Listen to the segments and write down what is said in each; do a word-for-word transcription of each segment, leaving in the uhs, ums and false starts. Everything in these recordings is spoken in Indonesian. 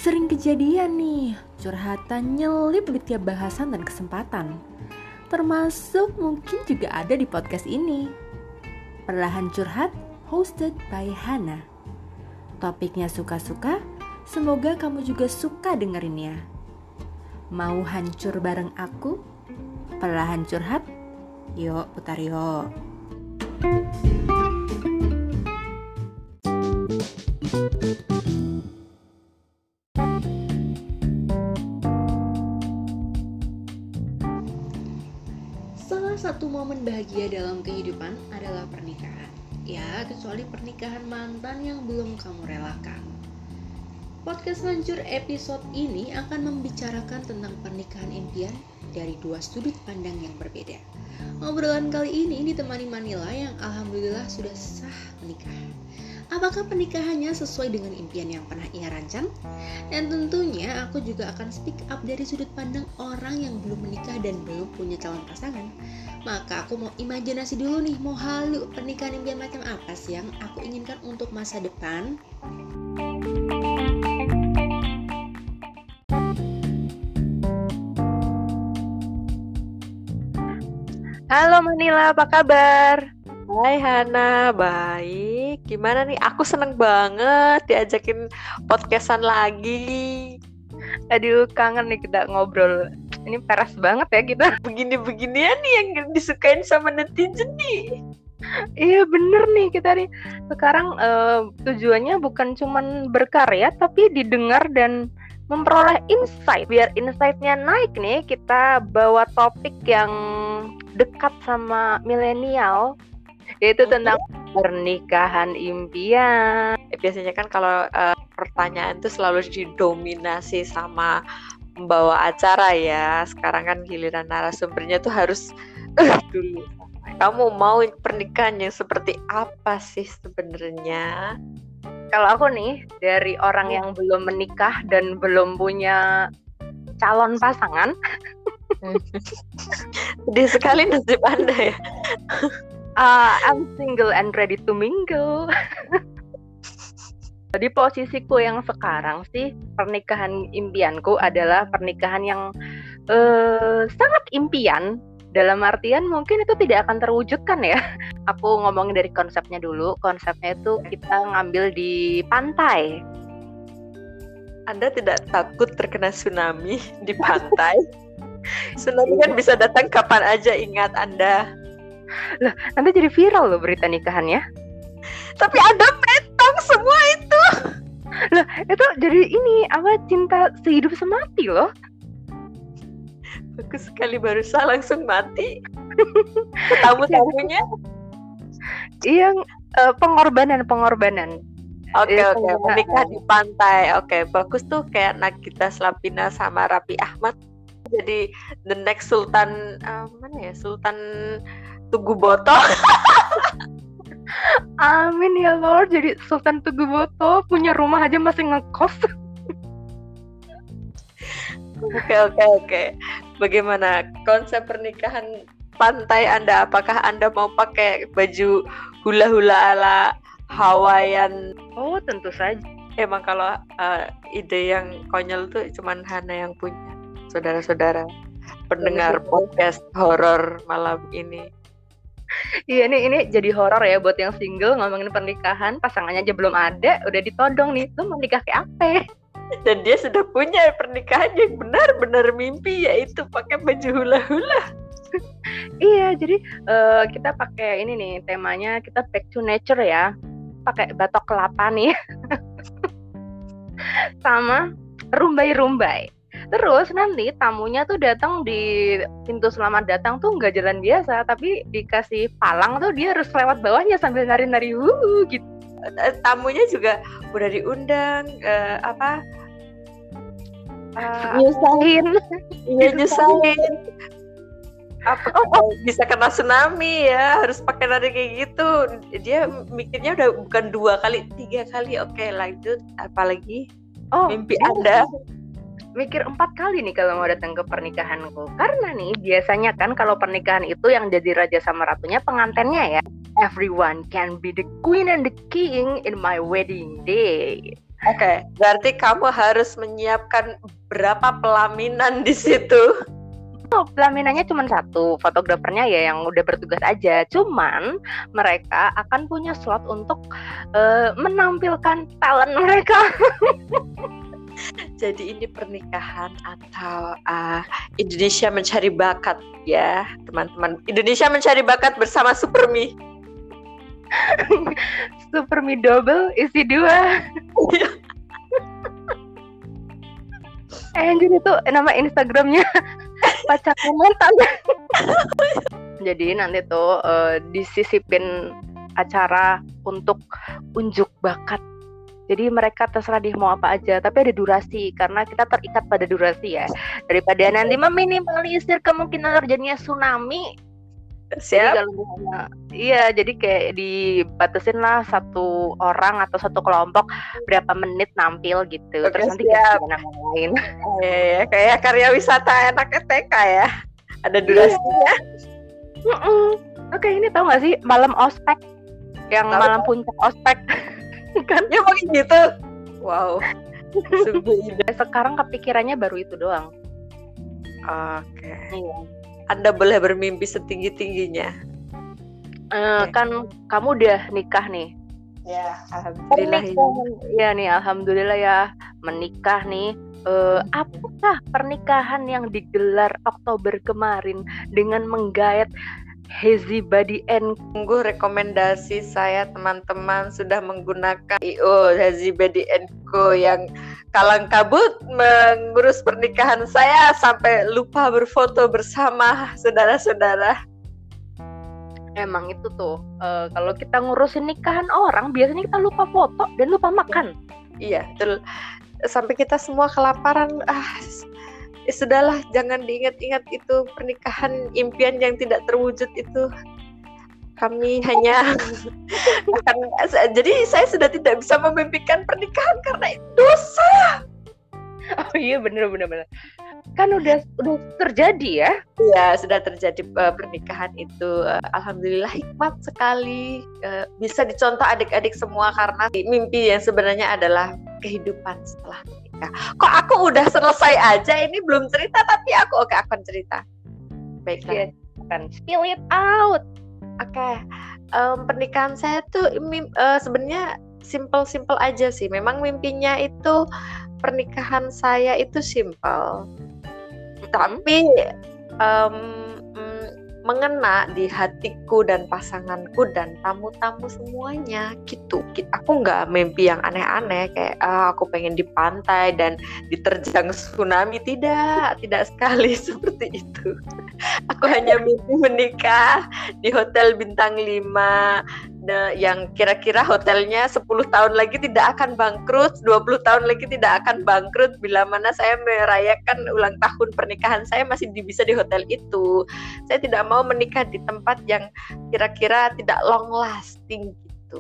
Sering kejadian nih, curhatan nyelip di tiap bahasan dan kesempatan. Termasuk mungkin juga ada di podcast ini. Perlahan Curhat, hosted by Hana. Topiknya suka-suka, semoga kamu juga suka dengerinnya. Mau hancur bareng aku? Perlahan Curhat, yuk putar yuk. Salah satu momen bahagia dalam kehidupan adalah pernikahan. Ya, kecuali pernikahan mantan yang belum kamu relakan. Podcast Hancur episode ini akan membicarakan tentang pernikahan impian dari dua sudut pandang yang berbeda. Obrolan kali ini ditemani Manila yang alhamdulillah sudah sah menikah. Apakah pernikahannya sesuai dengan impian yang pernah ia rancang? Dan tentunya aku juga akan speak up dari sudut pandang orang yang belum menikah dan belum punya calon pasangan. Maka aku mau imajinasi dulu nih, mau halu pernikahan impian macam apa sih yang aku inginkan untuk masa depan. Halo Manila, apa kabar? Hai Hana, baik. Gimana nih? Aku seneng banget diajakin podcastan lagi. Aduh, kangen nih kita ngobrol. Ini peres banget ya kita. Begini-beginian nih yang disukain sama netizen nih. Iya bener nih, kita nih sekarang uh, tujuannya bukan cuman berkarya, tapi didengar dan memperoleh insight. Biar insight-nya naik nih, kita bawa topik yang dekat sama milenial, yaitu tentang pernikahan impian. Biasanya kan kalau uh, pertanyaan itu selalu didominasi sama membawa acara ya. Sekarang kan giliran narasumbernya tuh harus uh, dulu. Kamu mau pernikahan yang seperti apa sih sebenarnya? Kalau aku nih, dari orang yang belum menikah dan belum punya calon pasangan, sedih sekali nasib Anda ya. uh, I'm single and ready to mingle. Di posisiku yang sekarang sih, pernikahan impianku adalah pernikahan yang uh, sangat impian. Dalam artian mungkin itu tidak akan terwujudkan ya. Aku ngomongin dari konsepnya dulu. Konsepnya itu kita ngambil di pantai. Anda tidak takut terkena tsunami di pantai? Tsunami kan bisa datang kapan aja, ingat Anda. Lah, nanti jadi viral loh berita nikahannya. Tapi ada petang semua itu. Lah, itu jadi ini apa, cinta sehidup semati loh. Bagus sekali, barusan langsung mati. Tamu-tamunya iya, uh, pengorbanan pengorbanan. Oke okay, oke okay. Menikah di pantai. Oke okay, bagus tuh, kayak Nagita Slavina sama Raffi Ahmad. Jadi the next Sultan uh, mana ya, Sultan Tugu Boto. Amin ya Lord, jadi Sultan Tugu Boto, punya rumah aja masih ngekos. Oke oke oke. Bagaimana konsep pernikahan pantai Anda? Apakah Anda mau pakai baju hula-hula ala Hawaiian? Oh, tentu saja. Emang kalau uh, ide yang konyol tuh cuman Hana yang punya. Saudara-saudara pendengar podcast horor malam ini. Iya, ini ini jadi horor ya buat yang single, ngomongin pernikahan, pasangannya aja belum ada, udah ditodong nih, lu mau nikah kayak apa? Dan dia sudah punya pernikahan yang benar-benar mimpi, yaitu pakai baju hula-hula. Iya, jadi uh, kita pakai ini nih, temanya kita back to nature ya. Pakai batok kelapa nih. Sama rumbai-rumbai. Terus nanti tamunya tuh datang di pintu selamat datang tuh nggak jalan biasa, tapi dikasih palang tuh dia harus lewat bawahnya sambil nari-nari wuh gitu. Tamunya juga udah diundang uh, apa uh, nyusahin iya nyusahin apa oh, oh. Bisa kena tsunami ya, harus pakai nari kayak gitu. Dia mikirnya udah bukan dua kali, tiga kali. Oke lanjut, apalagi oh, mimpi Anda? Mikir empat kali nih kalau mau datang ke pernikahanku. Karena nih biasanya kan kalau pernikahan itu yang jadi raja sama ratunya pengantennya ya. Everyone can be the queen and the king in my wedding day. Oke, berarti kamu harus menyiapkan berapa pelaminan di situ? Oh, pelaminannya cuma satu, fotografernya ya yang udah bertugas aja. Cuman mereka akan punya slot untuk uh, menampilkan talent mereka. Jadi ini pernikahan atau uh, Indonesia mencari bakat ya, teman-teman. Indonesia mencari bakat bersama Supermi. Supermi double isi dua. Eh, anjir itu nama Instagramnya pacar mantan. Jadi nanti tuh uh, disisipin acara untuk unjuk bakat. Jadi mereka terserah dia mau apa aja, tapi ada durasi karena kita terikat pada durasi ya. Daripada nanti meminimalisir kemungkinan terjadinya tsunami. Siap. Jadi kalau iya, jadi kayak dibatasin lah satu orang atau satu kelompok berapa menit nampil gitu. Oke, terus nanti siap. ganti nama lain. Eh, kayak karya wisata anak T K ya. Ada durasinya. Mm-mm. Oke, ini tau gak sih malam ospek yang Tahu. malam puncak ospek kan? Ya mungkin gitu. Wow. Sungguh indah. Sekarang kepikirannya baru itu doang. Oke. Iya. Anda boleh bermimpi setinggi-tingginya. Uh, Oke. Kan kamu udah nikah nih. Ya, alhamdulillah. Pernikahan, ya nih, alhamdulillah ya menikah nih. Uh, apakah pernikahan yang digelar Oktober kemarin dengan menggayat Hazy Body and Tunggu rekomendasi saya, teman-teman sudah menggunakan I O Hazy Body and Co yang kalang kabut mengurus pernikahan saya sampai lupa berfoto bersama saudara-saudara. Emang itu tuh uh, kalau kita ngurusin nikahan orang biasanya kita lupa foto dan lupa makan. Iya, betul. Sampai kita semua kelaparan. Ah, ya sudahlah, jangan diingat-ingat itu pernikahan impian yang tidak terwujud itu. Kami hanya akan, jadi saya sudah tidak bisa memimpikan pernikahan karena itu dosa. Oh iya, bener-bener bener. Kan udah udah terjadi ya. Ya, sudah terjadi uh, pernikahan itu. Uh, Alhamdulillah hikmat sekali. Uh, bisa dicontoh adik-adik semua karena mimpi yang sebenarnya adalah kehidupan setelah menikah. Kok aku udah selesai aja, ini belum cerita tapi aku oke akan cerita. Baiklah. Kan spill it out. Oke, okay. um, pernikahan saya tuh mim- uh, sebenarnya simple-simple aja sih. Memang mimpinya itu pernikahan saya itu simple, tapi um, mm, mengena di hatiku dan pasanganku dan tamu-tamu semuanya gitu. Aku nggak mimpi yang aneh-aneh kayak ah, aku pengen di pantai dan diterjang tsunami, tidak, tidak sekali seperti itu. Aku hanya mimpi menikah di hotel bintang lima yang kira-kira hotelnya sepuluh tahun lagi tidak akan bangkrut, dua puluh tahun lagi tidak akan bangkrut, bila mana saya merayakan ulang tahun pernikahan saya masih bisa di hotel itu. Saya tidak mau menikah di tempat yang kira-kira tidak long lasting gitu.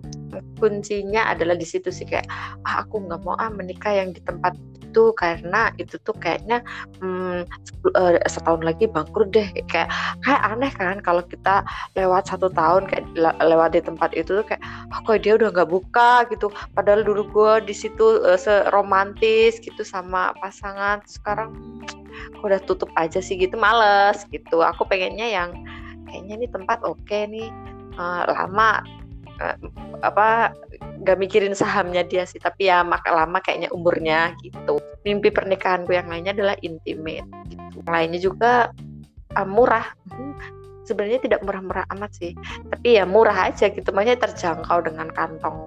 Kuncinya adalah di situ sih, kayak ah, aku nggak mau ah menikah yang di tempat itu karena itu tuh kayaknya hmm, uh, setahun lagi bangkrut deh, kayak kayak aneh kan kalau kita lewat satu tahun kayak le- lewat di tempat itu tuh kayak oh, kok dia udah nggak buka gitu, padahal dulu gue di situ uh, seromantis gitu sama pasangan, sekarang kok udah tutup aja sih gitu, males gitu. Aku pengennya yang kayaknya nih tempat oke okay nih, uh, lama uh, apa gak mikirin sahamnya dia sih, tapi ya mak lama kayaknya umurnya gitu. Mimpi pernikahanku yang lainnya adalah intimate gitu. Yang lainnya juga uh, murah. Hmm, sebenarnya tidak murah-murah amat sih, tapi ya murah aja gitu, makanya terjangkau dengan kantong.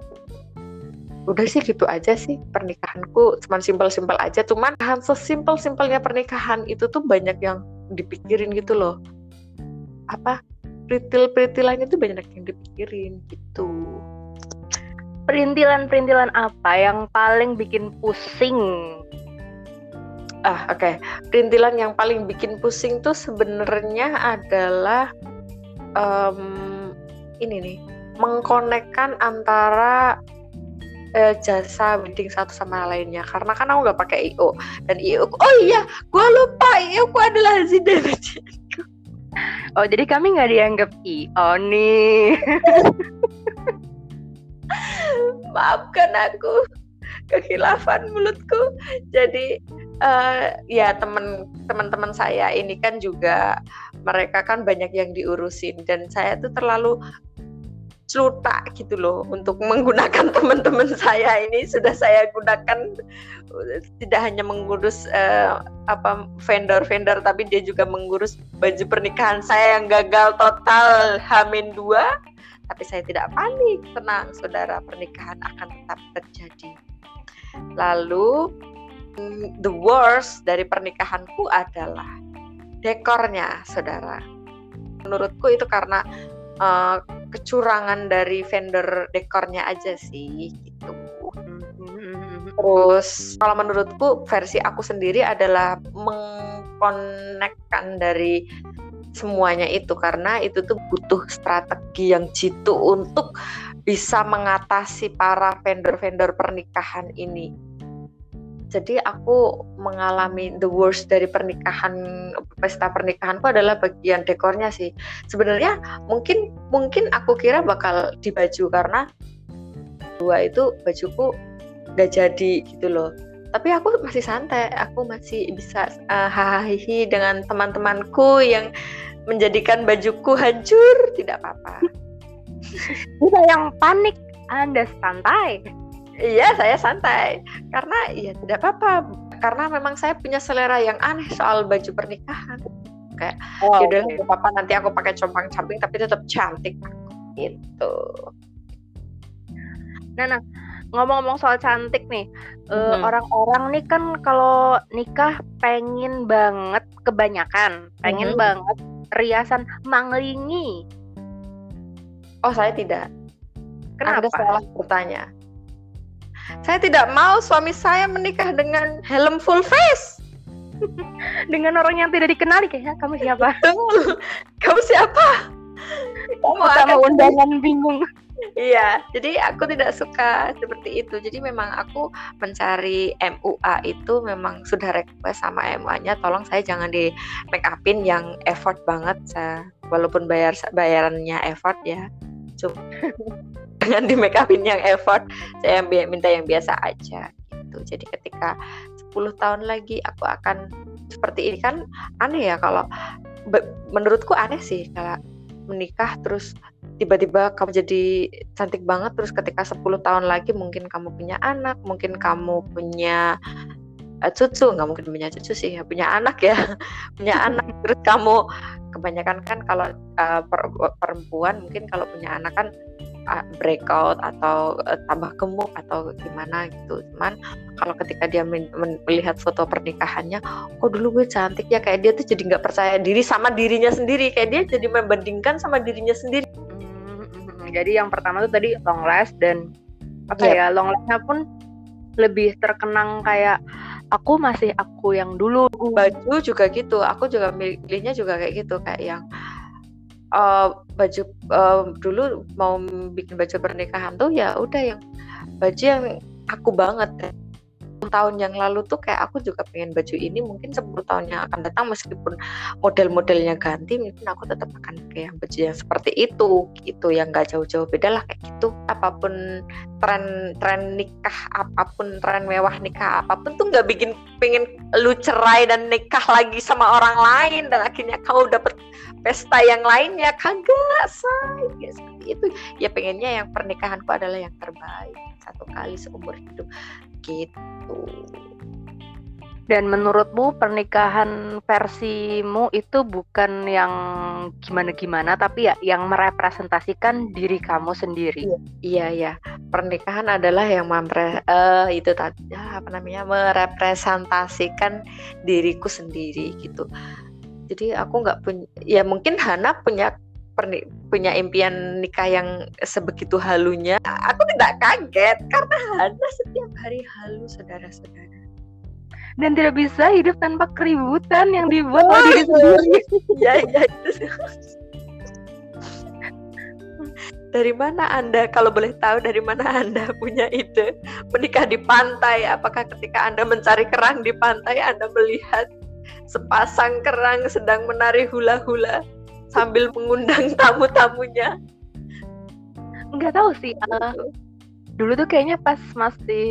Udah sih gitu aja sih pernikahanku, cuman simpel-simpel aja. Cuman sesimpel-simpelnya pernikahan itu tuh banyak yang dipikirin gitu loh. Apa peritil-peritilannya tuh banyak yang dipikirin gitu. Perintilan-perintilan apa yang paling bikin pusing? Ah, oke. Okay. Perintilan yang paling bikin pusing tuh sebenarnya adalah um, ini nih, mengkonekkan antara uh, jasa wedding satu sama lainnya. Karena kan aku nggak pakai I O dan I O. Oh iya, gue lupa I O ku adalah Zida. Oh, jadi kami nggak dianggap I O nih. Maafkan aku. kekhilafan mulutku. Jadi uh, ya teman teman-teman saya ini kan juga mereka kan banyak yang diurusin dan saya tuh terlalu celutak gitu loh untuk menggunakan teman-teman saya ini. Sudah saya gunakan, tidak hanya mengurus uh, apa vendor-vendor, tapi dia juga mengurus baju pernikahan saya yang gagal total H minus dua. Tapi saya tidak panik, tenang saudara, pernikahan akan tetap terjadi. Lalu the worst dari pernikahanku adalah dekornya saudara. Menurutku itu karena uh, kecurangan dari vendor dekornya aja sih gitu. Terus kalau menurutku versi aku sendiri adalah mengkonekkan dari semuanya itu, karena itu tuh butuh strategi yang jitu untuk bisa mengatasi para vendor-vendor pernikahan ini. Jadi aku mengalami the worst dari pernikahan, pesta pernikahanku adalah bagian dekornya sih. Sebenarnya mungkin mungkin aku kira bakal di baju, karena dua itu bajuku gak jadi gitu loh. Tapi aku masih santai, aku masih bisa uh, hahihi dengan teman-temanku yang menjadikan bajuku hancur, tidak apa-apa. Kita yang panik, Anda santai. Iya, saya santai. Karena ya tidak apa-apa. Karena memang saya punya selera yang aneh soal baju pernikahan. Kayak, oh, yaudah okay. Tidak apa-apa, nanti aku pakai compang-camping tapi tetap cantik. Gitu. Nah, nah, ngomong-ngomong soal cantik nih, mm-hmm. uh, orang-orang nih kan kalau nikah pengen banget, kebanyakan pengen mm-hmm. banget riasan manglingi. Oh, saya tidak. Kenapa? Anda salah bertanya. Saya tidak mau suami saya menikah dengan helm full face. Dengan orang yang tidak dikenali kayaknya. Kamu siapa? Kamu siapa? Kamu akan undangan bingung. Iya, jadi aku tidak suka seperti itu. Jadi memang aku mencari M U A itu memang sudah request sama M U A-nya, tolong saya jangan di make upin yang effort banget. Saya, walaupun bayar bayarannya effort ya, cuma jangan di make upin yang effort. Saya yang minta yang biasa aja gitu. Jadi ketika sepuluh tahun lagi aku akan seperti ini, kan aneh ya kalau menurutku aneh sih kalau menikah terus tiba-tiba kamu jadi cantik banget, terus ketika sepuluh tahun lagi mungkin kamu punya anak, mungkin kamu punya uh, cucu, nggak mungkin punya cucu sih, ya punya anak ya, punya anak, terus kamu kebanyakan kan kalau uh, per, perempuan mungkin kalau punya anak kan uh, breakout atau uh, tambah gemuk atau gimana gitu. Cuman kalau ketika dia men- men- melihat foto pernikahannya, kok dulu gue cantik ya, kayak dia tuh jadi nggak percaya diri sama dirinya sendiri, kayak dia jadi membandingkan sama dirinya sendiri. Jadi yang pertama tuh tadi long last, dan apa yep. ya, long lastnya pun lebih terkenang kayak aku masih aku yang dulu. Baju juga gitu, aku juga milihnya juga kayak gitu, kayak yang uh, baju uh, dulu mau bikin baju pernikahan tuh ya udah yang baju yang aku banget. Tahun yang lalu tuh kayak aku juga pengen baju ini, mungkin sepuluh tahun yang akan datang meskipun model-modelnya ganti, mungkin aku tetap akan pakai yang baju yang seperti itu gitu, yang gak jauh-jauh beda lah kayak gitu. Apapun tren tren nikah, apapun tren mewah nikah apapun tuh gak bikin pengen lu cerai dan nikah lagi sama orang lain dan akhirnya kamu dapet pesta yang lainnya, kagak say, kayak seperti itu. Ya pengennya yang pernikahanku adalah yang terbaik satu kali seumur hidup gitu. Dan menurutmu pernikahan versimu itu bukan yang gimana-gimana, tapi ya yang merepresentasikan diri kamu sendiri. Iya ya, pernikahan adalah yang mempre, uh, itu tadi apa namanya, merepresentasikan diriku sendiri gitu. Jadi aku nggak punya, ya mungkin Hana punya perni, punya impian nikah yang sebegitu halunya. Aku tidak kaget karena Hana setiap hari halu, saudara-saudara. Dan tidak bisa hidup tanpa keributan yang dibuat oleh diri sendiri. Iya, iya. Dari mana Anda, kalau boleh tahu, dari mana Anda punya ide menikah di pantai? Apakah ketika Anda mencari kerang di pantai, Anda melihat sepasang kerang sedang menari hula-hula sambil mengundang tamu-tamunya? Enggak tahu sih. Uh, dulu tuh kayaknya pas masih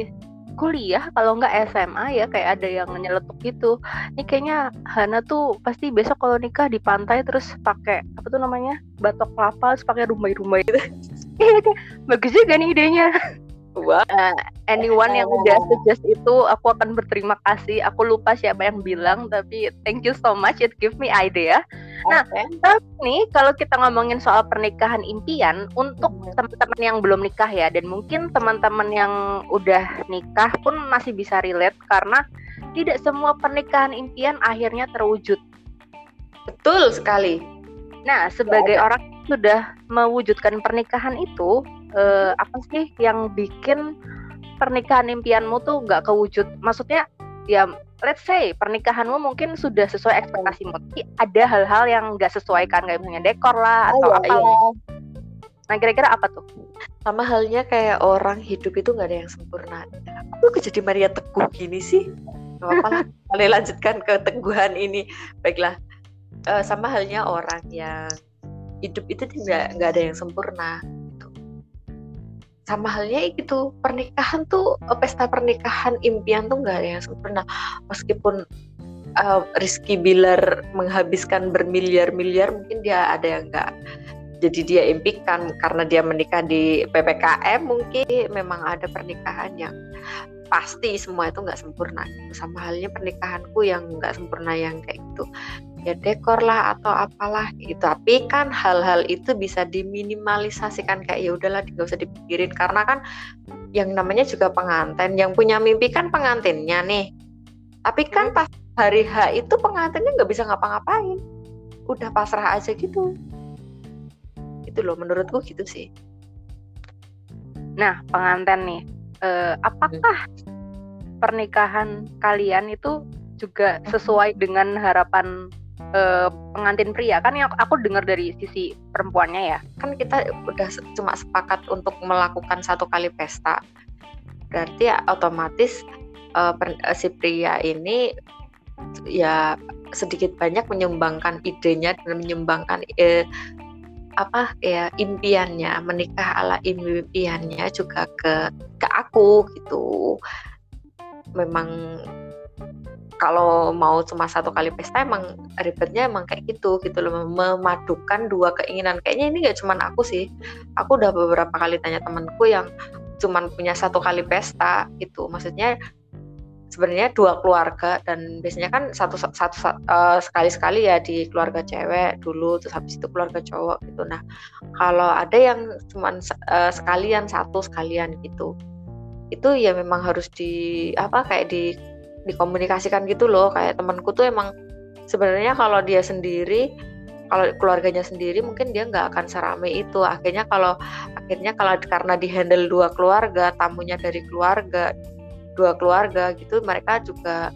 kuliah kalau nggak S M A ya, kayak ada yang nyeletuk gitu. Ini kayaknya Hana tuh pasti besok kalau nikah di pantai terus pakai apa tuh namanya, batok kelapa, terus pakai rumbai-rumbai gitu. Iya, kayak bagus juga nih idenya. Wah, Uh, anyone yang udah suggest itu aku akan berterima kasih. Aku lupa siapa yang bilang, tapi thank you so much, it give me idea. Nah, okay. tapi nih kalau kita ngomongin soal pernikahan impian untuk Hmm. teman-teman yang belum nikah ya, dan mungkin teman-teman yang udah nikah pun masih bisa relate karena tidak semua pernikahan impian akhirnya terwujud. Betul sekali. Nah, sebagai orang yang sudah mewujudkan pernikahan itu, eh, apa sih yang bikin pernikahan impianmu tuh nggak kewujud? Maksudnya, ya let's say pernikahanmu mungkin sudah sesuai ekspektasimu, tapi ada hal-hal yang nggak sesuai kan, kayak misalnya dekor lah atau Oh, apa. iya, iya. Nah, kira-kira apa tuh? Sama halnya kayak orang hidup itu nggak ada yang sempurna. Aku jadi Maria Teguh gini sih? Gak apa-apa lah. Boleh lanjutkan ke teguhan ini. Baiklah. Uh, sama halnya orang yang hidup itu tidak nggak ada yang sempurna. Gitu. Sama halnya itu pernikahan tuh, pesta pernikahan impian tuh nggak ada yang sempurna. Meskipun uh, Rizky Bilar menghabiskan bermiliar-miliar, mungkin dia ada yang nggak. Jadi dia impikan karena dia menikah di P P K M, mungkin memang ada pernikahan yang pasti semua itu nggak sempurna. Sama halnya pernikahanku yang nggak sempurna yang kayak gitu. Ya dekor lah atau apalah gitu. Tapi kan hal-hal itu bisa diminimalisasikan, kayak ya udahlah nggak usah dipikirin, karena kan yang namanya juga pengantin, yang punya mimpi kan pengantinnya nih. Tapi kan pas hari H itu pengantinnya nggak bisa ngapa-ngapain, udah pasrah aja gitu. Itu loh menurutku gitu sih. Nah, pengantin nih, eh, apakah pernikahan kalian itu juga sesuai dengan harapan Uh, pengantin pria? Kan yang aku dengar dari sisi perempuannya ya, kan kita udah cuma sepakat untuk melakukan satu kali pesta, berarti ya otomatis uh, per, uh, si pria ini ya sedikit banyak menyumbangkan idenya dan menyumbangkan uh, apa ya impiannya, menikah ala impiannya juga ke ke aku gitu. Memang kalau mau cuma satu kali pesta emang ribetnya emang kayak gitu gitu loh, memadukan dua keinginan. Kayaknya ini nggak cuma aku sih, aku udah beberapa kali tanya temanku yang cuma punya satu kali pesta gitu. Maksudnya sebenarnya dua keluarga, dan biasanya kan satu satu uh, sekali-sekali ya di keluarga cewek dulu, terus habis itu keluarga cowok gitu. Nah kalau ada yang cuma uh, sekalian satu sekalian gitu, itu ya memang harus di apa kayak di dikomunikasikan gitu loh. Kayak temanku tuh emang sebenarnya kalau dia sendiri, kalau keluarganya sendiri mungkin dia nggak akan serame itu. Akhirnya kalau akhirnya kalau karena dihandle dua keluarga, tamunya dari keluarga dua keluarga gitu, mereka juga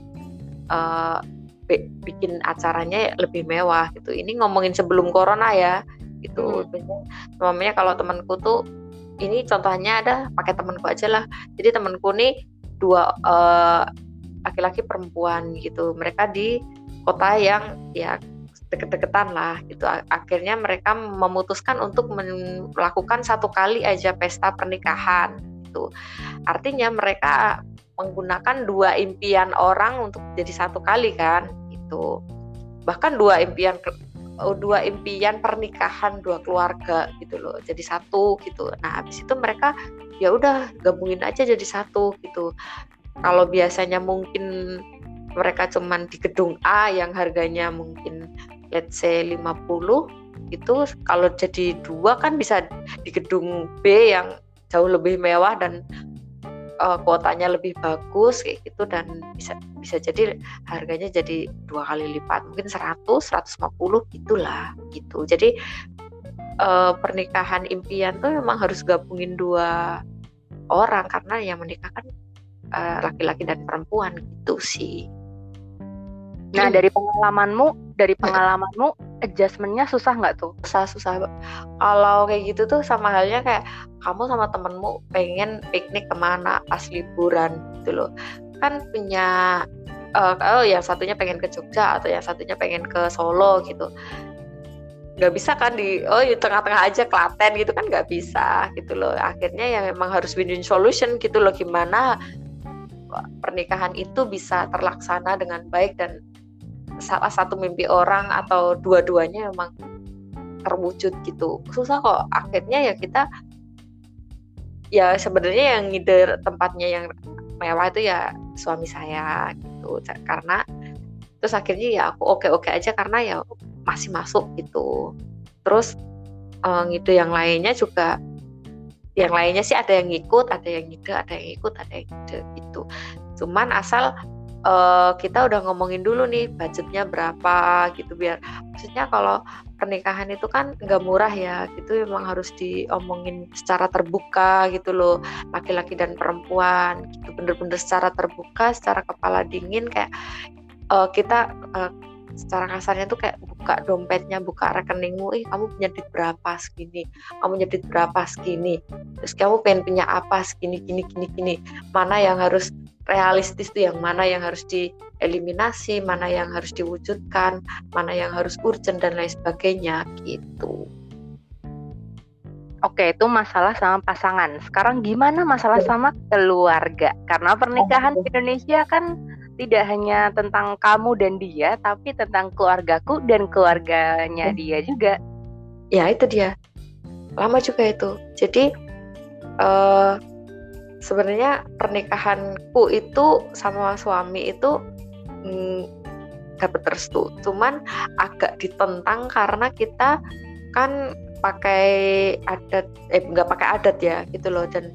uh, bikin acaranya lebih mewah gitu. Ini ngomongin sebelum corona ya gitu. Hmm. Namanya kalau temanku tuh, ini contohnya ada pakai temanku aja lah. Jadi temanku nih dua uh, laki-laki perempuan gitu, mereka di kota yang ya deket-deketan lah gitu. Akhirnya mereka memutuskan untuk melakukan satu kali aja pesta pernikahan gitu. Artinya mereka menggunakan dua impian orang untuk jadi satu kali kan gitu. Bahkan dua impian dua impian pernikahan dua keluarga gitu loh, jadi satu gitu. Nah habis itu mereka ya udah gabungin aja jadi satu gitu. Kalau biasanya mungkin mereka cuman di gedung A yang harganya mungkin let's say lima puluh itu, kalau jadi dua kan bisa di gedung B yang jauh lebih mewah dan uh, kuotanya lebih bagus kayak gitu, dan bisa bisa jadi harganya jadi dua kali lipat, mungkin seratus, seratus lima puluh gitulah gitu. Jadi uh, pernikahan impian tuh memang harus gabungin dua orang, karena yang menikah kan Uh, laki-laki dan perempuan gitu sih. Nah, dari pengalamanmu, dari pengalamanmu adjustment-nya susah nggak tuh? Susah-susah. Kalau kayak gitu tuh sama halnya kayak kamu sama temenmu pengen piknik kemana pas liburan gitu loh. Kan punya uh, oh yang satunya pengen ke Jogja atau yang satunya pengen ke Solo gitu. Nggak bisa kan di oh di tengah-tengah aja Klaten gitu kan, nggak bisa gitu loh. Akhirnya ya memang harus win-win solution gitu loh. Gimana pernikahan itu bisa terlaksana dengan baik dan salah satu mimpi orang atau dua-duanya memang terwujud gitu. Susah kok, akhirnya ya kita ya sebenarnya yang ngide tempatnya yang mewah itu ya suami saya gitu, karena terus akhirnya ya aku oke-oke aja karena ya masih masuk gitu. Terus uh, ngide yang lainnya juga, yang lainnya sih ada yang ngikut, ada yang ngide, ada yang ikut, ada yang ngide gitu. Cuman asal uh, kita udah ngomongin dulu nih budgetnya berapa gitu, biar maksudnya kalau pernikahan itu kan nggak murah ya gitu, memang harus diomongin secara terbuka gitu loh, laki-laki dan perempuan gitu, bener-bener secara terbuka, secara kepala dingin, kayak uh, kita uh, secara kasarnya tuh kayak buka dompetnya, buka rekeningmu, ih kamu punya duit berapa segini, kamu punya duit berapa segini, terus kamu pengen punya apa segini, gini, gini, gini, mana yang harus realistis tuh, yang mana yang harus dieliminasi, mana yang harus diwujudkan, mana yang harus urgent dan lain sebagainya gitu. Oke, itu masalah sama pasangan. Sekarang gimana masalah sama keluarga? Karena pernikahan di Indonesia kan tidak hanya tentang kamu dan dia, tapi tentang keluargaku dan keluarganya dia juga. Ya itu dia, lama juga itu. Jadi uh, sebenarnya pernikahanku itu sama suami itu hmm, dapat restu, cuman agak ditentang karena kita kan pakai adat, eh nggak pakai adat ya gitu loh, dan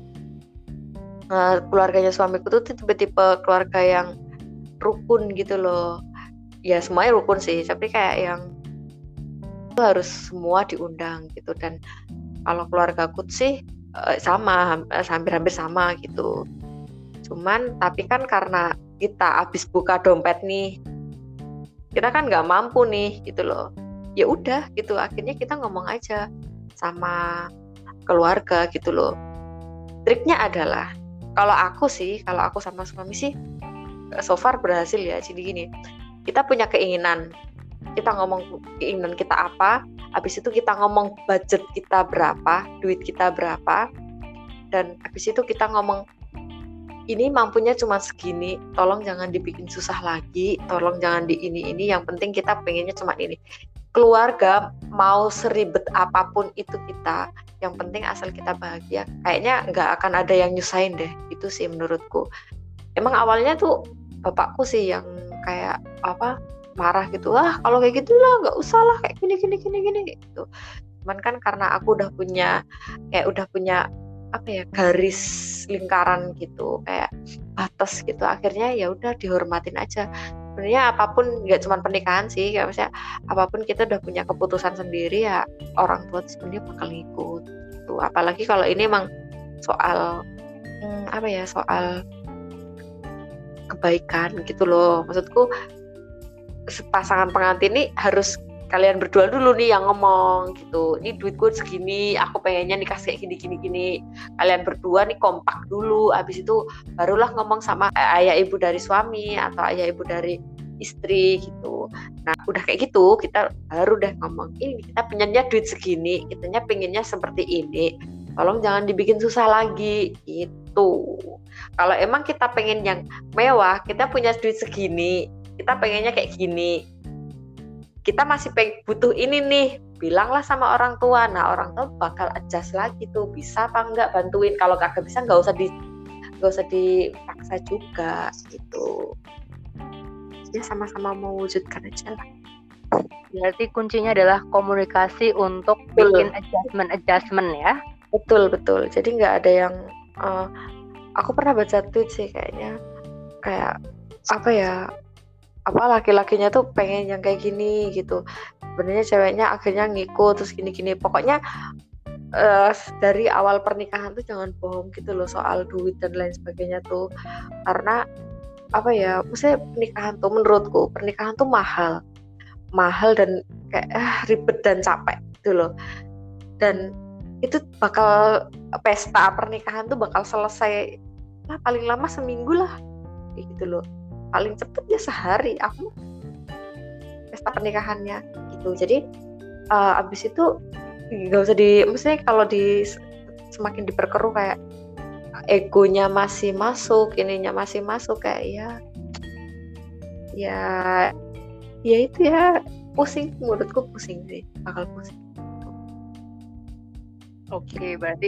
uh, keluarganya suamiku tuh tipe-tipe keluarga yang rukun gitu loh. Ya semuanya rukun sih, tapi kayak yang itu harus semua diundang gitu. Dan kalau keluargaku sih sama, hampir-hampir sama gitu. Cuman tapi kan karena kita habis buka dompet nih, kita kan nggak mampu nih gitu loh. Ya udah gitu, akhirnya kita ngomong aja sama keluarga gitu loh. Triknya adalah, kalau aku sih, kalau aku sama suami sih so far berhasil ya. Jadi gini, kita punya keinginan, kita ngomong keinginan kita apa, habis itu kita ngomong budget kita berapa, duit kita berapa, dan habis itu kita ngomong ini mampunya cuma segini, tolong jangan dibikin susah lagi, tolong jangan di ini ini, yang penting kita pengennya cuma ini. Keluarga mau seribet apapun itu kita, yang penting asal kita bahagia, kayaknya nggak akan ada yang nyusahin deh, itu sih menurutku. Emang awalnya tuh bapakku sih yang kayak apa, marah gitu, ah kalau kayak gitu lah nggak usah lah kayak gini gini gini gini gitu. Cuman kan karena aku udah punya kayak udah punya apa ya, garis lingkaran gitu, kayak batas gitu, akhirnya ya udah dihormatin aja. Sebenarnya apapun, nggak cuma pernikahan sih, kayak misalnya apapun kita udah punya keputusan sendiri ya, orang tua sebenarnya bakal ngikut gitu. Apalagi kalau ini emang soal hmm, apa ya, soal kebaikan gitu loh. Maksudku pasangan pengantin ini harus kalian berdua dulu nih yang ngomong gitu, ini duit gue segini, aku pengennya nikah kayak gini gini gini. Kalian berdua nih kompak dulu, habis itu barulah ngomong sama ayah ibu dari suami atau ayah ibu dari istri gitu. Nah udah kayak gitu kita baru deh ngomong, ini kita pengennya duit segini, kitanya pengennya seperti ini, tolong jangan dibikin susah lagi gitu. Kalau emang kita pengen yang mewah, kita punya duit segini, kita pengennya kayak gini, kita masih peng- butuh ini nih, bilanglah sama orang tua. Nah orang tua bakal adjust lagi tuh, bisa apa enggak bantuin. Kalau kagak bisa nggak usah di nggak usah dipaksa juga gitu. Ya sama-sama mewujudkan aja lah. Berarti kuncinya adalah komunikasi untuk bikin adjustment adjustment ya. Betul betul. Jadi nggak ada yang uh, aku pernah baca tweet sih kayaknya, kayak apa ya, apa laki-lakinya tuh pengen yang kayak gini gitu, sebenarnya ceweknya akhirnya ngikut terus gini-gini. Pokoknya uh, dari awal pernikahan tuh jangan bohong gitu loh soal duit dan lain sebagainya tuh, karena apa ya, maksudnya pernikahan tuh menurutku pernikahan tuh mahal mahal dan kayak ah, ribet dan capek gitu loh. Dan itu bakal, pesta pernikahan tuh bakal selesai lah paling lama seminggu lah gitu loh, paling cepet ya sehari aku pesta pernikahannya gitu. Jadi uh, abis itu nggak usah di, maksudnya kalau di semakin diperkeruh kayak egonya masih masuk, ininya masih masuk kayak ya, ya, ya itu ya pusing, menurutku pusing sih, bakal pusing. Oke, berarti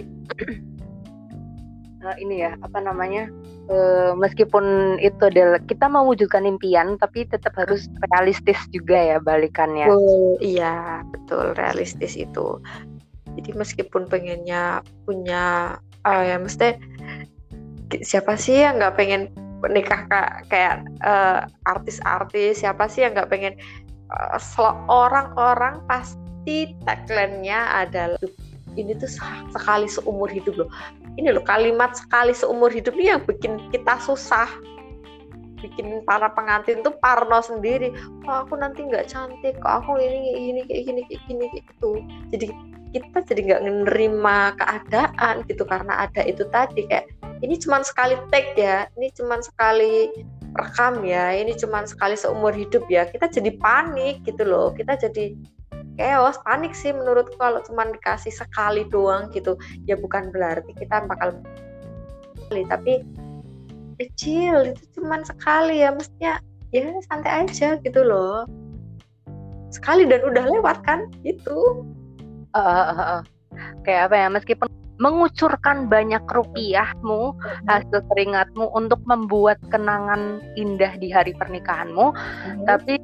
uh, ini ya apa namanya? Uh, meskipun itu adalah kita mewujudkan impian, tapi tetap harus realistis juga ya balikannya. Betul, iya betul, realistis itu. Jadi meskipun pengennya punya, uh, ya mesti siapa sih yang nggak pengen nikah ka- kayak uh, artis-artis, siapa sih yang nggak pengen, uh, orang-orang pasti tagline-nya adalah ini tuh sekali seumur hidup loh. Ini loh kalimat sekali seumur hidup ini yang bikin kita susah, bikin para pengantin tuh parno sendiri. Oh aku nanti nggak cantik, kok aku ini ini kayak gini kayak gini kayak gitu. Jadi kita jadi nggak menerima keadaan gitu karena ada itu tadi kayak ini cuma sekali take ya, ini cuma sekali rekam ya, ini cuma sekali seumur hidup ya. Kita jadi panik gitu loh, kita jadi chaos, panik sih menurutku kalau cuma dikasih sekali doang gitu. Ya bukan berarti kita bakal beli, tapi kecil itu cuma sekali ya, mestinya ya santai aja gitu loh. Sekali dan udah lewat kan gitu. Uh, uh, uh, uh. Kayak apa ya, meskipun mengucurkan banyak rupiahmu, hasil keringatmu untuk membuat kenangan indah di hari pernikahanmu, hmm. tapi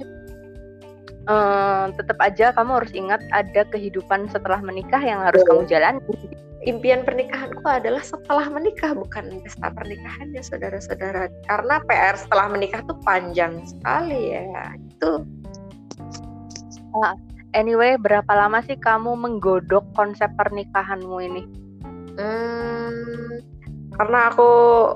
Uh, tetap aja kamu harus ingat ada kehidupan setelah menikah yang harus oh. kamu jalani. Impian pernikahanku adalah setelah menikah, bukan pesta pernikahannya saudara-saudara. Karena P R setelah menikah tuh panjang sekali ya. Itu. Uh, anyway, berapa lama sih kamu menggodok konsep pernikahanmu ini? Hmm, karena aku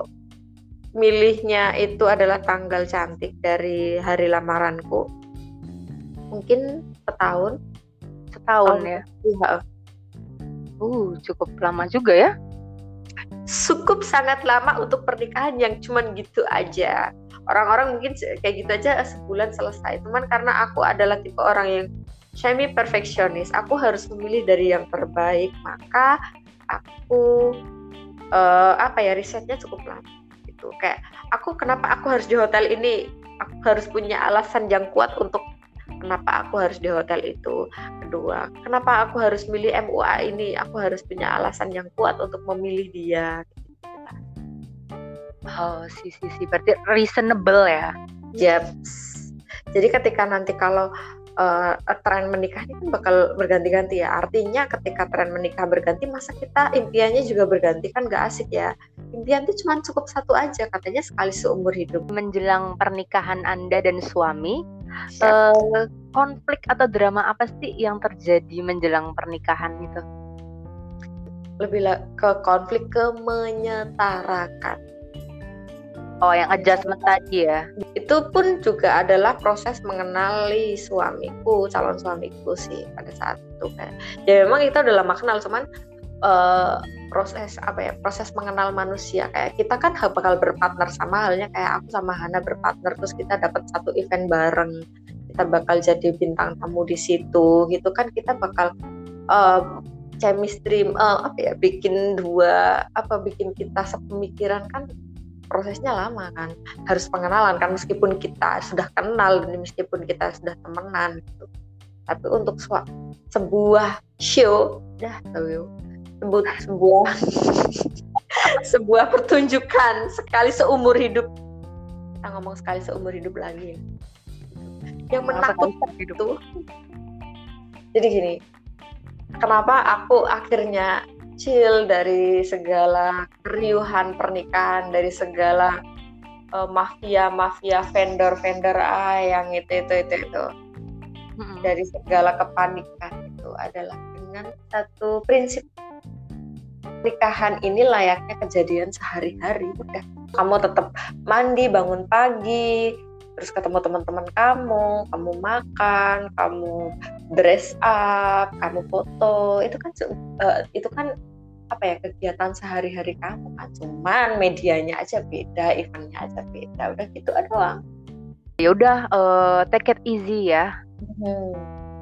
milihnya itu adalah tanggal cantik dari hari lamaranku. Mungkin setahun setahun oh, ya. Iya. Uh, cukup lama juga ya. Cukup sangat lama untuk pernikahan yang cuman gitu aja. Orang-orang mungkin kayak gitu aja sebulan selesai. Cuman karena aku adalah tipe orang yang semi perfeksionis, aku harus memilih dari yang terbaik, maka aku uh, apa ya risetnya cukup lama gitu. Kayak aku kenapa aku harus di hotel ini? Aku harus punya alasan yang kuat untuk kenapa aku harus di hotel itu. Kedua, kenapa aku harus milih M U A ini? Aku harus punya alasan yang kuat untuk memilih dia. Oh, si si si berarti reasonable ya. Yep. Jadi ketika nanti kalau uh, tren menikah ini kan bakal berganti-ganti ya. Artinya ketika tren menikah berganti, masa kita impiannya juga berganti, kan gak asik ya. Impian itu cuma cukup satu aja, katanya sekali seumur hidup. Menjelang pernikahan Anda dan suami, Uh, konflik atau drama apa sih yang terjadi menjelang pernikahan itu? Lebih ke konflik ke menyetarakan. Oh, yang adjustment tadi ya? Itu pun juga adalah proses mengenali suamiku, calon suamiku sih pada saat itu kan. Ya memang kita udah lama kenal, cuman uh, proses apa ya proses mengenal manusia, kayak kita kan bakal berpartner, sama halnya kayak aku sama Hana berpartner, terus kita dapat satu event bareng, kita bakal jadi bintang tamu di situ gitu kan, kita bakal uh, chemistry uh, apa ya bikin dua apa bikin kita sepemikiran kan, prosesnya lama kan, harus pengenalan kan, meskipun kita sudah kenal dan meskipun kita sudah temenan gitu. Tapi untuk su- sebuah show dah tahu sebut sebuah sebuah pertunjukan sekali seumur hidup, kita ngomong sekali seumur hidup lagi yang menakutkan itu. Jadi gini, kenapa aku akhirnya chill dari segala keriuhan pernikahan, dari segala uh, mafia mafia vendor vendor ah yang itu itu itu itu hmm. dari segala kepanikan itu adalah dengan satu prinsip. Pernikahan ini layaknya kejadian sehari-hari. Udah, kamu tetap mandi, bangun pagi, terus ketemu teman-teman kamu, kamu makan, kamu dress up, kamu foto. Itu kan uh, itu kan apa ya kegiatan sehari-hari kamu kan. Cuman medianya aja beda, eventnya aja beda. Udah gitu doang. Ya udah, uh, take it easy ya. Hmm.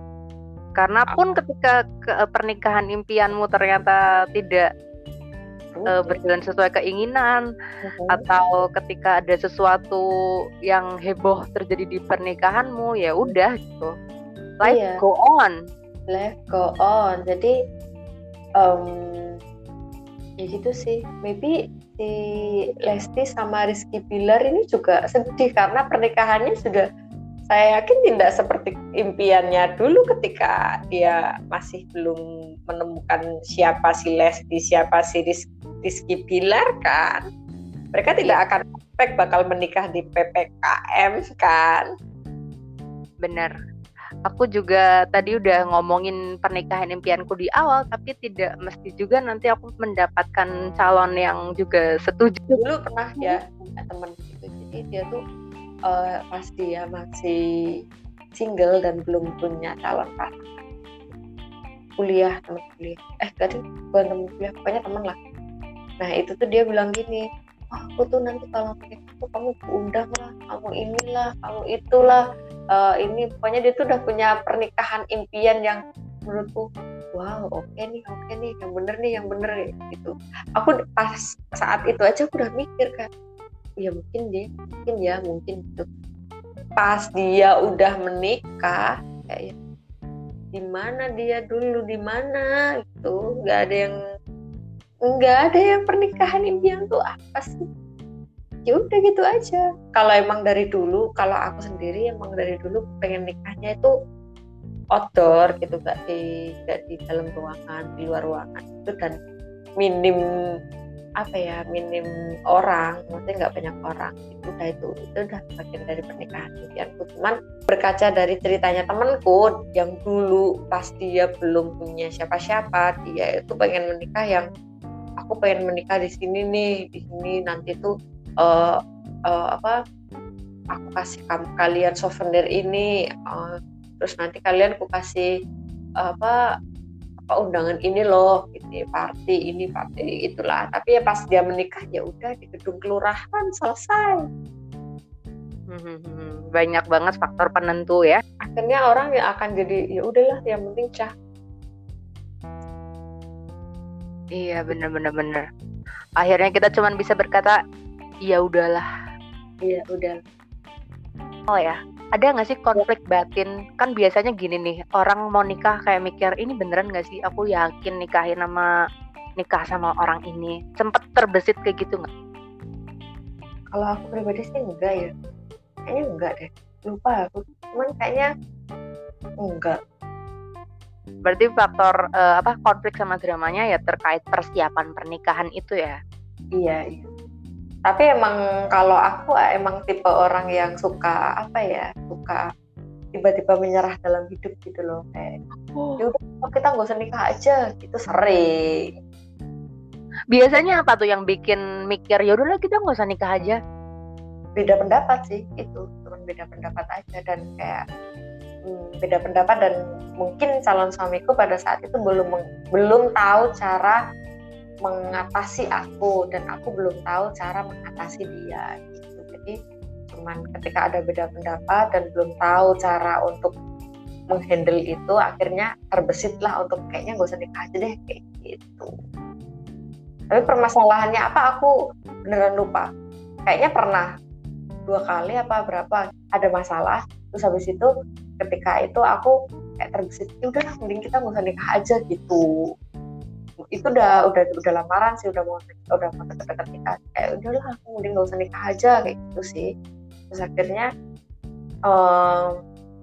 Karena pun ketika ke, pernikahan impianmu ternyata tidak uh, berjalan sesuai keinginan, uh-huh. atau ketika ada sesuatu yang heboh terjadi di pernikahanmu, ya udah gitu, life iya. go on, life go on. Jadi um, ya gitu sih. Maybe si Lesti sama Rizky Bilar ini juga sedih karena pernikahannya sudah, saya yakin tidak seperti impiannya dulu ketika dia masih belum menemukan siapa si Lesti, siapa si Rizky Bilar kan. Mereka tidak akan expect bakal menikah di P P K M kan. Benar. Aku juga tadi udah ngomongin pernikahan impianku di awal, tapi tidak mesti juga nanti aku mendapatkan calon yang juga setuju. Dulu pernah ya teman gitu, jadi dia tuh uh, pas dia masih single dan belum punya calon pasangan, kuliah teman kuliah, eh tadi bukan teman kuliah, pokoknya teman lah. Nah itu tuh dia bilang gini, oh, aku tuh nanti kalau menikah tuh kamu undang lah, kamu inilah, kamu itulah. Uh, ini pokoknya dia tuh udah punya pernikahan impian yang menurutku wow oke okay nih oke okay nih yang bener nih yang bener gitu. Aku pas saat itu aja aku udah mikir kan, ya mungkin dia mungkin ya mungkin gitu. Pas dia udah menikah kayak di mana dia dulu, di mana gitu, nggak ada yang nggak ada yang pernikahan impian tuh apa sih. Ya udah gitu aja. Kalau emang dari dulu, kalau aku sendiri emang dari dulu pengen nikahnya itu outdoor gitu, gak di gak di dalam ruangan, di luar ruangan itu, dan minim apa ya minim orang, maksudnya nggak banyak orang. Itu udah itu itu udah bagian dari pernikahan impianku. Cuman berkaca dari ceritanya temanku yang dulu pas dia belum punya siapa-siapa, dia itu pengen menikah yang aku pengen menikah di sini nih, di sini nanti tuh Uh, uh, apa aku kasih kamu kalian souvenir ini, uh, terus nanti kalian aku kasih uh, apa apa undangan ini loh, gitu, party ini party itulah. Tapi ya pas dia menikah ya udah di gedung kelurahan selesai. Hmm, banyak banget faktor penentu ya. Akhirnya orang yang akan jadi ya udahlah yang penting cah. Iya benar-benar benar. Akhirnya kita cuma bisa berkata ya udahlah. Iya udah. Oh ya, ada nggak sih konflik batin? Kan biasanya gini nih, orang mau nikah kayak mikir ini beneran nggak sih? Aku yakin nikahin sama nikah sama orang ini. Sempet terbesit kayak gitu nggak? Kalau aku pribadi sih enggak ya. Kayaknya enggak deh. Lupa aku. Cuman kayaknya enggak. Berarti faktor uh, apa konflik sama dramanya ya terkait persiapan pernikahan itu ya? Iya iya. Tapi emang kalau aku emang tipe orang yang suka apa ya, suka tiba-tiba menyerah dalam hidup gitu loh, kayak oh. ya udah kita nggak usah nikah aja, gitu sering. Biasanya apa tuh yang bikin mikir ya udahlah kita nggak usah nikah aja? Beda pendapat sih itu, cuma beda pendapat aja, dan kayak hmm, beda pendapat, dan mungkin calon suamiku pada saat itu belum belum tahu cara mengatasi aku, dan aku belum tahu cara mengatasi dia gitu. Jadi cuman ketika ada beda pendapat dan belum tahu cara untuk menghandle itu, akhirnya terbesit lah untuk kayaknya gak usah nikah aja deh kayak gitu. Tapi permasalahannya apa aku beneran lupa. Kayaknya pernah dua kali apa berapa ada masalah, terus habis itu ketika itu aku kayak terbesit, ya udah mending kita gak usah nikah aja gitu. Itu udah udah udah lamaran sih, udah mau udah mau deket-deket nikah, kayak udahlah aku mending nggak usah nikah aja kayak gitu sih. Terus akhirnya um,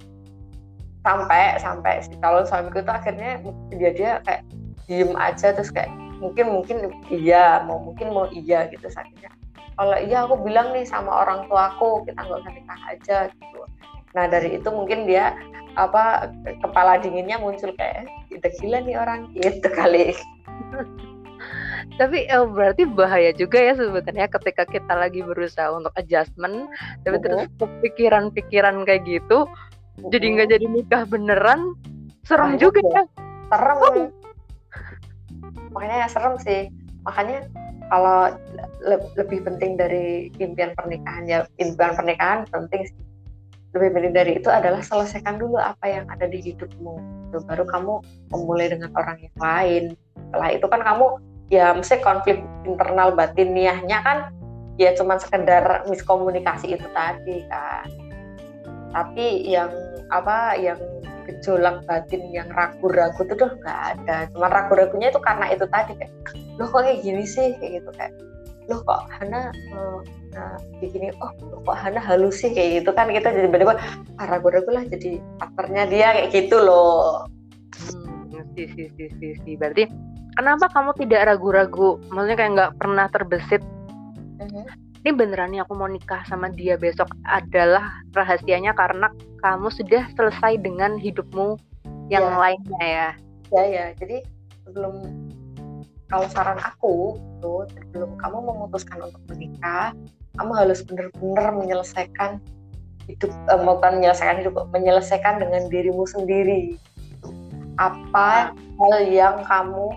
sampai sampai si calon suamiku tuh akhirnya dia dia kayak diem aja, terus kayak mungkin mungkin iya mau mungkin mau iya gitu. Akhirnya kalau iya aku bilang nih sama orang tuaku kita nggak usah nikah aja gitu. Nah dari itu mungkin dia apa kepala dinginnya muncul kayak udah gila nih orang gitu kali. Tapi eh, berarti bahaya juga ya sebenarnya ketika kita lagi berusaha untuk adjustment, tapi uh-huh. terus pikiran-pikiran kayak gitu, uh-huh. jadi nggak jadi nikah beneran, serem Banyak juga ya. Serem. Oh. Makanya serem sih. Makanya kalau le- lebih penting dari impian pernikahan ya, impian pernikahan penting sih. Lebih penting dari itu adalah selesaikan dulu apa yang ada di hidupmu. Baru kamu memulai dengan orang yang lain. Setelah itu kan kamu ya mesti konflik internal batiniahnya kan ya cuman sekedar miskomunikasi itu tadi kan. Tapi yang apa yang gejolak batin yang ragu-ragu itu tuh nggak ada. Cuman ragu-ragunya itu karena itu tadi kayak loh kok kayak gini sih kayak gitu, kayak loh kok Hana uh, nah begini, oh loh kok Hana halus sih kayak gitu kan, kita jadi tiba-tiba ah, ragu-ragu lah jadi partnernya dia kayak gitu loh. Hmm, sih sih sih sih sih. Berarti kenapa kamu tidak ragu-ragu? Maksudnya kayak nggak pernah terbesit. Uh-huh. Ini beneran nih aku mau nikah sama dia besok, adalah rahasianya karena kamu sudah selesai dengan hidupmu yang ya. lainnya ya. Ya ya. Jadi sebelum, kalau saran aku tuh sebelum kamu memutuskan untuk menikah, kamu harus benar-benar menyelesaikan hidup, eh, bukan menyelesaikan hidup, menyelesaikan dengan dirimu sendiri. Apa hal yang kamu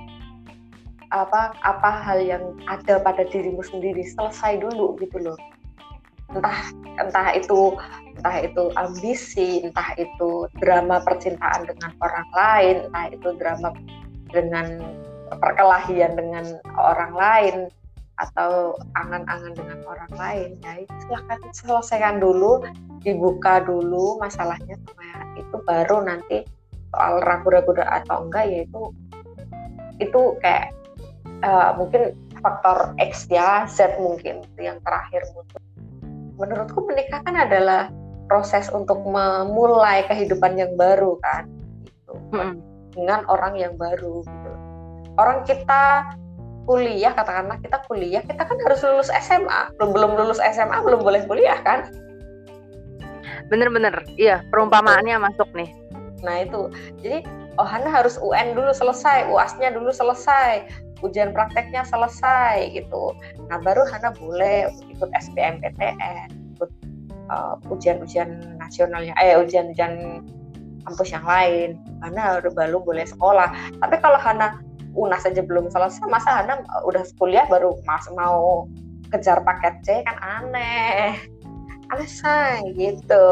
apa apa hal yang ada pada dirimu sendiri, selesai dulu gitu loh. Entah entah itu entah itu ambisi, entah itu drama percintaan dengan orang lain, entah itu drama dengan perkelahian dengan orang lain, atau angan-angan dengan orang lain, ya itu silahkan selesaikan dulu, dibuka dulu masalahnya sama itu, baru nanti soal ragu-ragu atau enggak ya itu itu kayak uh, mungkin faktor X ya, Z mungkin itu yang terakhir muncul. Menurutku menikah kan adalah proses untuk memulai kehidupan yang baru kan, gitu. Hmm. Dengan orang yang baru gitu. Orang kita kuliah, katakanlah kita kuliah, kita kan harus lulus S M A. Belum belum lulus S M A belum boleh kuliah kan? Bener-bener, iya perumpamaannya masuk nih. Nah itu, jadi oh Hana harus U N dulu selesai, U A S-nya dulu selesai, ujian prakteknya selesai gitu. Nah baru Hana boleh ikut S B M P T N, ikut uh, ujian-ujian nasionalnya, eh ujian-ujian kampus yang lain. Hana baru boleh sekolah. Tapi kalau Hana U N A S aja belum selesai, masa Hana udah kuliah baru mas mau kejar paket C, kan aneh. Aneh say gitu.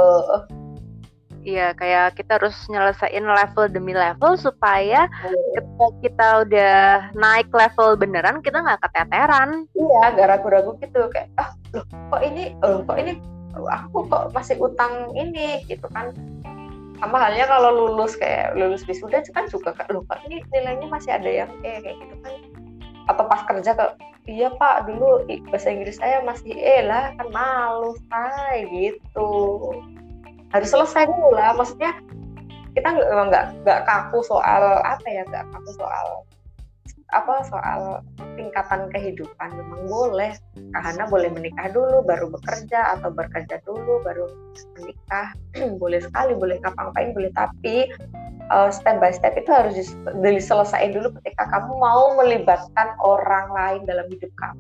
Iya, kayak kita harus nyelesain level demi level supaya ketika kita udah naik level beneran, kita nggak keteteran. Iya, gak ragu-ragu gitu kayak ah loh kok ini, loh kok ini aku kok masih utang ini gitu kan. Sama halnya kalau lulus kayak lulus wisuda kan juga loh kok ini nilainya masih ada yang E kayak gitu kan. Atau pas kerja ke iya Pak dulu bahasa Inggris saya masih E lah, kan malu say gitu. Harus selesai dulu lah, maksudnya kita nggak nggak kaku soal apa ya, nggak kaku soal apa soal tingkatan kehidupan. Memang boleh Hana boleh menikah dulu baru bekerja, atau bekerja dulu baru menikah. Boleh sekali, boleh ngapa-ngapain boleh, tapi uh, step by step itu harus diselesaikan dulu ketika kamu mau melibatkan orang lain dalam hidup kamu.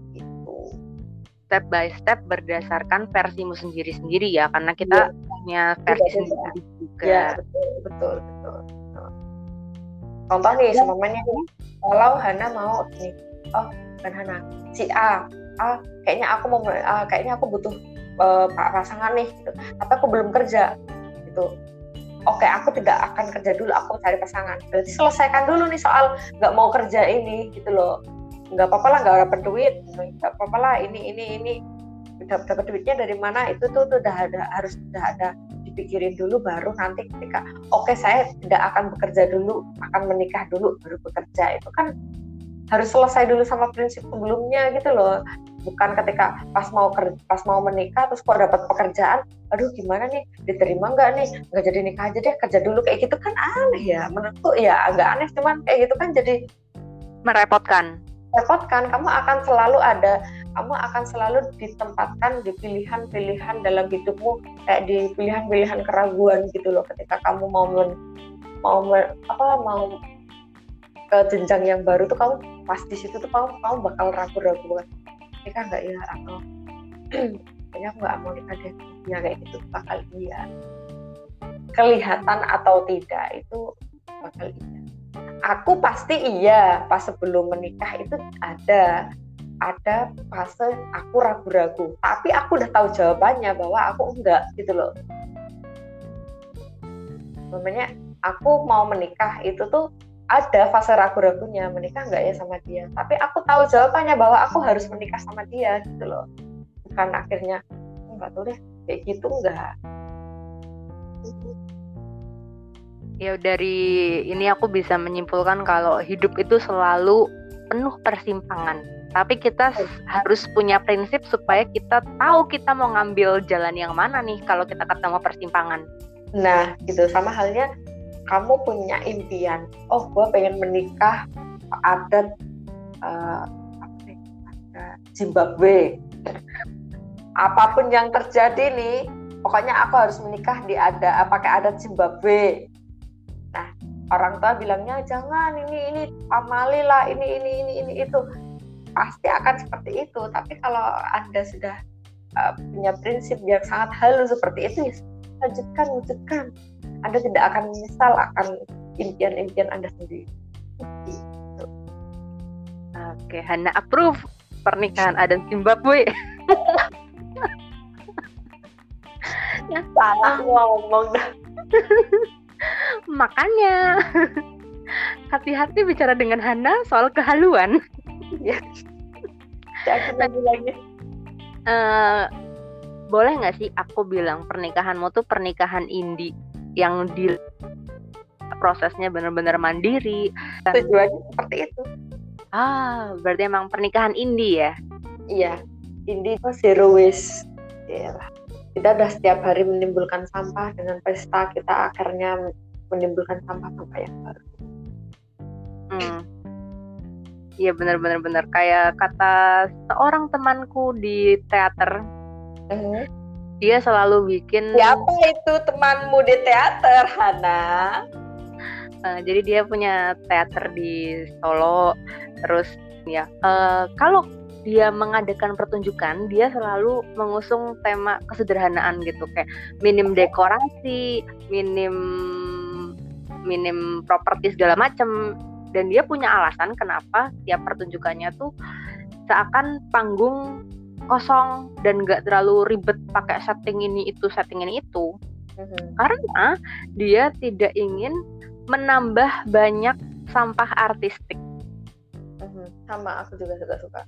Step by step berdasarkan versimu sendiri-sendiri ya, karena kita ya. punya versi ya, sendiri juga. Ya, betul, betul, betul. betul. Contoh nih, ya. Semuanya nih, kalau Hana mau nih, oh bukan Hana, si A, A kayaknya aku mau, A, kayaknya aku butuh uh, pasangan nih, gitu. Tapi aku belum kerja, gitu. Oke, aku tidak akan kerja dulu, aku cari pasangan. Berarti selesaikan dulu nih soal nggak mau kerja ini, gitu loh. Nggak apa-apa lah nggak dapat duit, nggak apa-apa lah ini ini ini dapat duitnya dari mana, itu tuh, tuh udah ada, harus udah ada dipikirin dulu, baru nanti ketika oke okay, saya tidak akan bekerja dulu, akan menikah dulu baru bekerja. Itu kan harus selesai dulu sama prinsip sebelumnya gitu loh. Bukan ketika pas mau kerja, pas mau menikah terus kok dapat pekerjaan, aduh gimana nih, diterima nggak nih, nggak jadi nikah aja deh, kerja dulu, kayak gitu kan aneh ya. Menurutku ya agak aneh, cuman kayak gitu kan jadi merepotkan. repotkan, kamu akan selalu ada, kamu akan selalu ditempatkan di pilihan-pilihan dalam hidupmu, kayak di pilihan-pilihan keraguan gitu loh. Ketika kamu mau men, mau men, apa mau ke jenjang yang baru tuh, kamu pas di situ tuh kamu kamu bakal ragu-ragu kan, nikah nggak ya, atau kayaknya aku nggak mau nikah deh, ya kayak gitu bakal iya. Kelihatan atau tidak itu bakal iya. Aku pasti iya, pas sebelum menikah itu ada ada fase aku ragu-ragu, tapi aku udah tahu jawabannya bahwa aku enggak gitu loh. Namanya aku mau menikah itu tuh ada fase ragu-ragunya, menikah nggak ya sama dia. Tapi aku tahu jawabannya bahwa aku harus menikah sama dia gitu loh. Bukan akhirnya nggak tahu deh kayak gitu nggak. Ya dari ini aku bisa menyimpulkan kalau hidup itu selalu penuh persimpangan. Tapi kita harus punya prinsip supaya kita tahu kita mau ngambil jalan yang mana nih kalau kita ketemu persimpangan. Nah, gitu. Sama halnya kamu punya impian. Oh, gue pengen menikah adat uh, apa nih? Adat Zimbabwe. Apapun yang terjadi nih, pokoknya aku harus menikah di ada pakai adat Zimbabwe. Nah, orang tua bilangnya jangan ini ini pamali lah, ini ini ini ini itu. Pasti akan seperti itu. Tapi kalau Anda sudah uh, punya prinsip yang sangat halus seperti itu, ya lanjutkan, wujudkan. Anda tidak akan menyesal akan impian-impian Anda sendiri. Gitu. Oke, Hana approve pernikahan adat Zimbabwe. Ya, salah ngomong dah. Makanya hati-hati bicara dengan Hana soal kehaluan. Ya. Jangan lagi-lagi. Uh, boleh nggak sih aku bilang pernikahanmu tuh pernikahan indie yang di prosesnya benar-benar mandiri. Tujuannya seperti itu. Ah, berarti emang pernikahan indie ya? Iya, indie itu zero waste. Yalah. Kita udah setiap hari menimbulkan sampah, dengan pesta kita akhirnya menimbulkan sampah-sampah yang baru. Hmm. Iya benar-benar benar. Kayak kata seorang temanku di teater, uh-huh. dia selalu bikin. Siapa itu temanmu di teater, Hana? Uh, jadi dia punya teater di Solo. Terus ya, uh, kalau dia mengadakan pertunjukan, dia selalu mengusung tema kesederhanaan gitu, kayak minim dekorasi, minim minim properti segala macam. Dan dia punya alasan kenapa tiap pertunjukannya tuh seakan panggung kosong dan gak terlalu ribet pakai setting ini itu setting ini itu. Mm-hmm. Karena dia tidak ingin menambah banyak sampah artistik. Mm-hmm. Sama, aku juga suka-suka.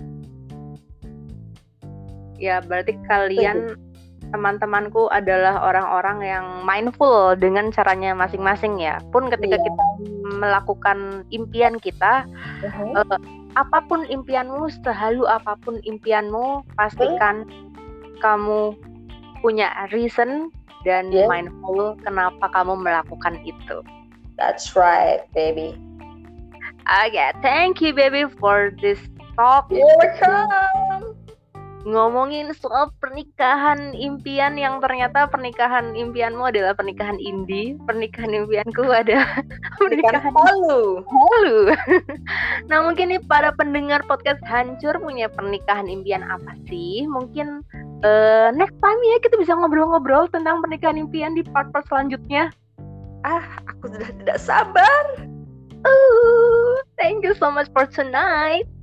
Ya berarti kalian mm-hmm. teman-temanku adalah orang-orang yang mindful dengan caranya masing-masing ya. Pun ketika yeah. kita melakukan impian kita, uh-huh. uh, apapun impianmu, sehalu apapun impianmu, pastikan uh-huh. kamu punya reason dan yeah. mindful kenapa kamu melakukan itu. That's right, baby. Okay, thank you, baby, for this talk. You're welcome. Ngomongin soal pernikahan impian yang ternyata pernikahan impianmu adalah pernikahan indie, pernikahan impianku adalah pernikahan halu. Halu. Nah mungkin nih para pendengar podcast Hancur punya pernikahan impian apa sih? Mungkin uh, next time ya kita bisa ngobrol-ngobrol tentang pernikahan impian di part-part selanjutnya. Ah, aku sudah tidak sabar. Uh, thank you so much for tonight.